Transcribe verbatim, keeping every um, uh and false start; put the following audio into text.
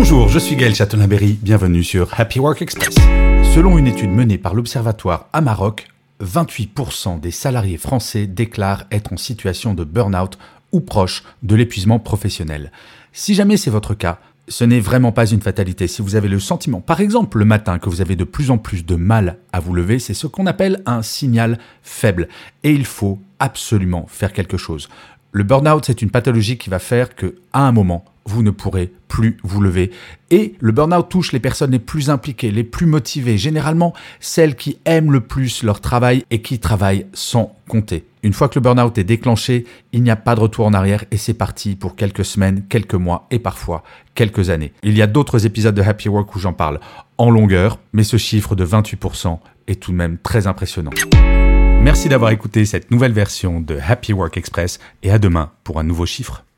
Bonjour, je suis Gaël Châtelain-Berry, bienvenue sur Happy Work Express. Selon une étude menée par l'Observatoire Amarok, vingt-huit pour cent des salariés français déclarent être en situation de burn-out ou proche de l'épuisement professionnel. Si jamais c'est votre cas, ce n'est vraiment pas une fatalité. Si vous avez le sentiment, par exemple le matin, que vous avez de plus en plus de mal à vous lever, c'est ce qu'on appelle un signal faible. Et il faut absolument faire quelque chose. Le burn-out, c'est une pathologie qui va faire qu'à un moment, vous ne pourrez plus vous lever. Et le burn-out touche les personnes les plus impliquées, les plus motivées, généralement celles qui aiment le plus leur travail et qui travaillent sans compter. Une fois que le burn-out est déclenché, il n'y a pas de retour en arrière et c'est parti pour quelques semaines, quelques mois et parfois quelques années. Il y a d'autres épisodes de Happy Work où j'en parle en longueur, mais ce chiffre de vingt-huit pour cent est tout de même très impressionnant. Merci d'avoir écouté cette nouvelle version de Happy Work Express et à demain pour un nouveau chiffre.